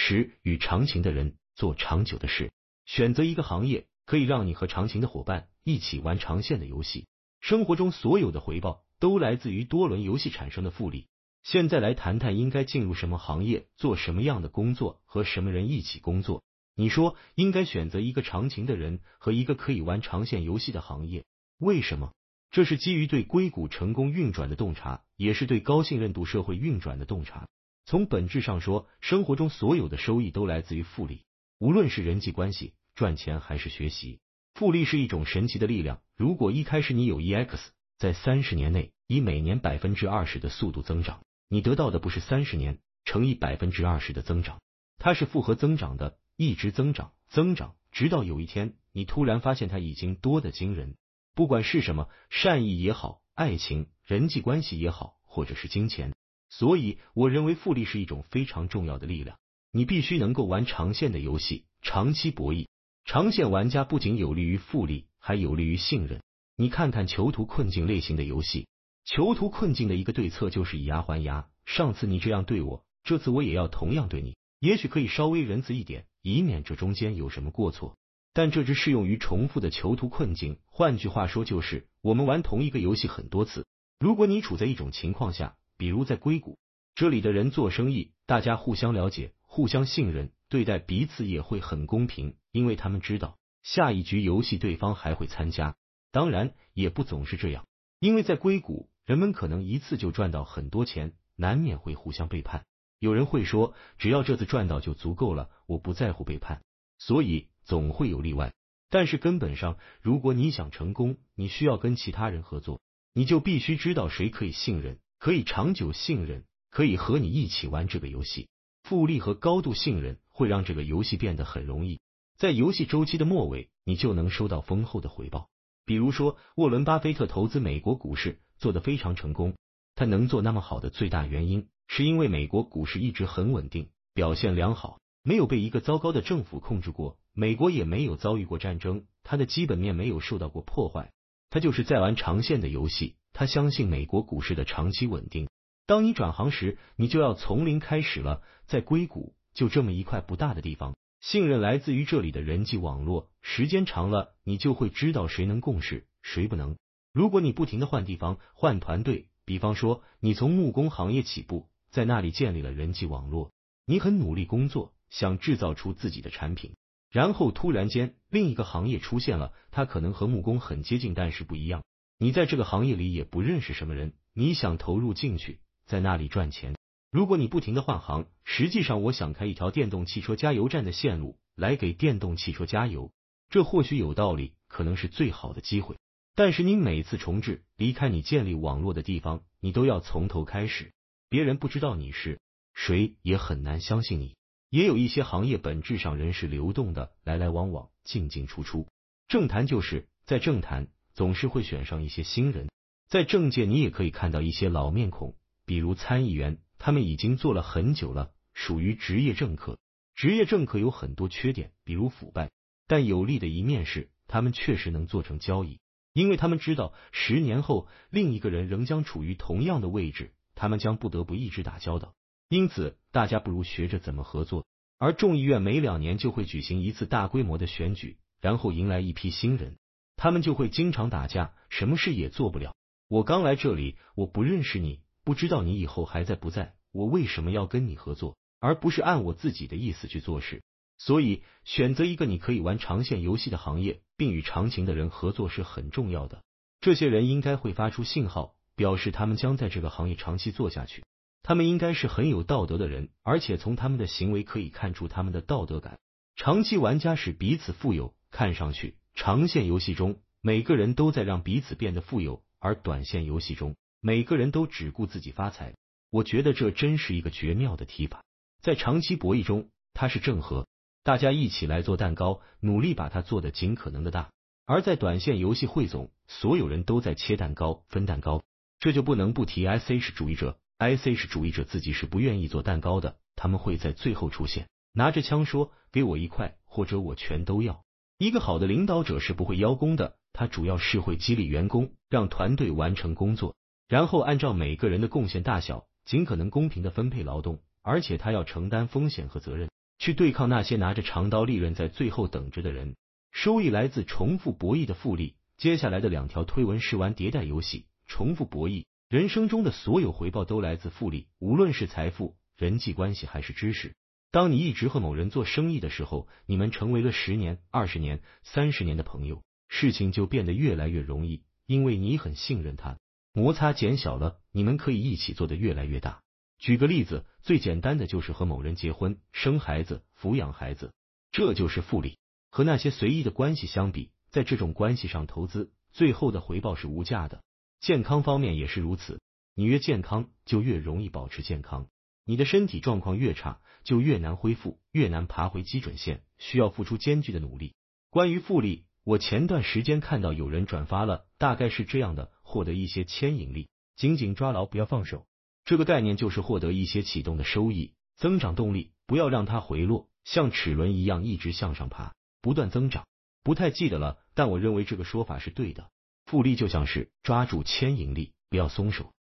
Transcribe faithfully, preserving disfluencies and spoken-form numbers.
持与长情的人做长久的事。选择一个行业，可以让你和长情的伙伴一起玩长线的游戏。生活中所有的回报都来自于多轮游戏产生的复利。现在来谈谈应该进入什么行业，做什么样的工作，和什么人一起工作。你说应该选择一个长情的人和一个可以玩长线游戏的行业，为什么？这是基于对硅谷成功运转的洞察，也是对高信任度社会运转的洞察。从本质上说，生活中所有的收益都来自于复利，无论是人际关系、赚钱还是学习。复利是一种神奇的力量，如果一开始你有 E X， 在三十年内以每年 百分之二十 的速度增长，你得到的不是三十年乘以 百分之二十 的增长，它是复合增长的，一直增长增长，直到有一天你突然发现它已经多得惊人。不管是什么，善意也好，爱情、人际关系也好，或者是金钱。所以我认为复利是一种非常重要的力量，你必须能够玩长线的游戏，长期博弈。长线玩家不仅有利于复利，还有利于信任。你看看囚徒困境类型的游戏，囚徒困境的一个对策就是以牙还牙，上次你这样对我，这次我也要同样对你，也许可以稍微仁慈一点，以免这中间有什么过错。但这只适用于重复的囚徒困境，换句话说就是我们玩同一个游戏很多次。如果你处在一种情况下，比如在硅谷，这里的人做生意，大家互相了解，互相信任，对待彼此也会很公平，因为他们知道下一局游戏对方还会参加。当然也不总是这样，因为在硅谷人们可能一次就赚到很多钱，难免会互相背叛。有人会说只要这次赚到就足够了，我不在乎背叛。所以总会有例外，但是根本上，如果你想成功，你需要跟其他人合作，你就必须知道谁可以信任，可以长久信任，可以和你一起玩这个游戏。复利和高度信任会让这个游戏变得很容易，在游戏周期的末尾，你就能收到丰厚的回报。比如说，沃伦·巴菲特投资美国股市做得非常成功，他能做那么好的最大原因，是因为美国股市一直很稳定，表现良好。没有被一个糟糕的政府控制过，美国也没有遭遇过战争，它的基本面没有受到过破坏，他就是在玩长线的游戏，他相信美国股市的长期稳定。当你转行时，你就要从零开始了，在硅谷就这么一块不大的地方，信任来自于这里的人际网络，时间长了，你就会知道谁能共事，谁不能。如果你不停地换地方、换团队，比方说你从木工行业起步，在那里建立了人际网络，你很努力工作，想制造出自己的产品，然后突然间另一个行业出现了，它可能和木工很接近，但是不一样。你在这个行业里也不认识什么人，你想投入进去，在那里赚钱。如果你不停地换行，实际上我想开一条电动汽车加油站的线路来给电动汽车加油，这或许有道理，可能是最好的机会。但是你每次重置，离开你建立网络的地方，你都要从头开始，别人不知道你是谁，也很难相信你。也有一些行业本质上人是流动的，来来往往，进进出出。政坛就是在政坛总是会选上一些新人，在政界你也可以看到一些老面孔，比如参议员，他们已经做了很久了，属于职业政客。职业政客有很多缺点，比如腐败，但有利的一面是他们确实能做成交易，因为他们知道十年后另一个人仍将处于同样的位置，他们将不得不一直打交道。因此大家不如学着怎么合作。而众议院每两年就会举行一次大规模的选举，然后迎来一批新人，他们就会经常打架，什么事也做不了。我刚来这里，我不认识你，不知道你以后还在不在，我为什么要跟你合作，而不是按我自己的意思去做事。所以选择一个你可以玩长线游戏的行业，并与长情的人合作是很重要的。这些人应该会发出信号，表示他们将在这个行业长期做下去。他们应该是很有道德的人，而且从他们的行为可以看出他们的道德感。长期玩家使彼此富有，看上去长线游戏中每个人都在让彼此变得富有，而短线游戏中每个人都只顾自己发财。我觉得这真是一个绝妙的提法。在长期博弈中，它是正和，大家一起来做蛋糕，努力把它做得尽可能的大。而在短线游戏汇总，所有人都在切蛋糕、分蛋糕，这就不能不提 S H 主义者。S H 主义者自己是不愿意做蛋糕的，他们会在最后出现，拿着枪说给我一块，或者我全都要。一个好的领导者是不会邀功的，他主要是会激励员工，让团队完成工作，然后按照每个人的贡献大小，尽可能公平的分配劳动，而且他要承担风险和责任。 去对抗那些拿着长刀利刃在最后等着的人。收益来自重复博弈的复利。接下来的两条推文是玩迭代游戏，重复博弈。人生中的所有回报都来自复利，无论是财富、人际关系还是知识。当你一直和某人做生意的时候，你们成为了十年、二十年、三十年的朋友，事情就变得越来越容易，因为你很信任他。摩擦减小了，你们可以一起做得越来越大。举个例子，最简单的就是和某人结婚、生孩子、抚养孩子，这就是复利。和那些随意的关系相比，在这种关系上投资，最后的回报是无价的。健康方面也是如此，你越健康，就越容易保持健康。你的身体状况越差，就越难恢复，越难爬回基准线，需要付出艰巨的努力。关于复利，我前段时间看到有人转发了，大概是这样的：获得一些牵引力，紧紧抓牢，不要放手。这个概念就是获得一些启动的收益，增长动力，不要让它回落，像齿轮一样一直向上爬，不断增长。不太记得了，但我认为这个说法是对的。复利就像是抓住牵引力，不要松手。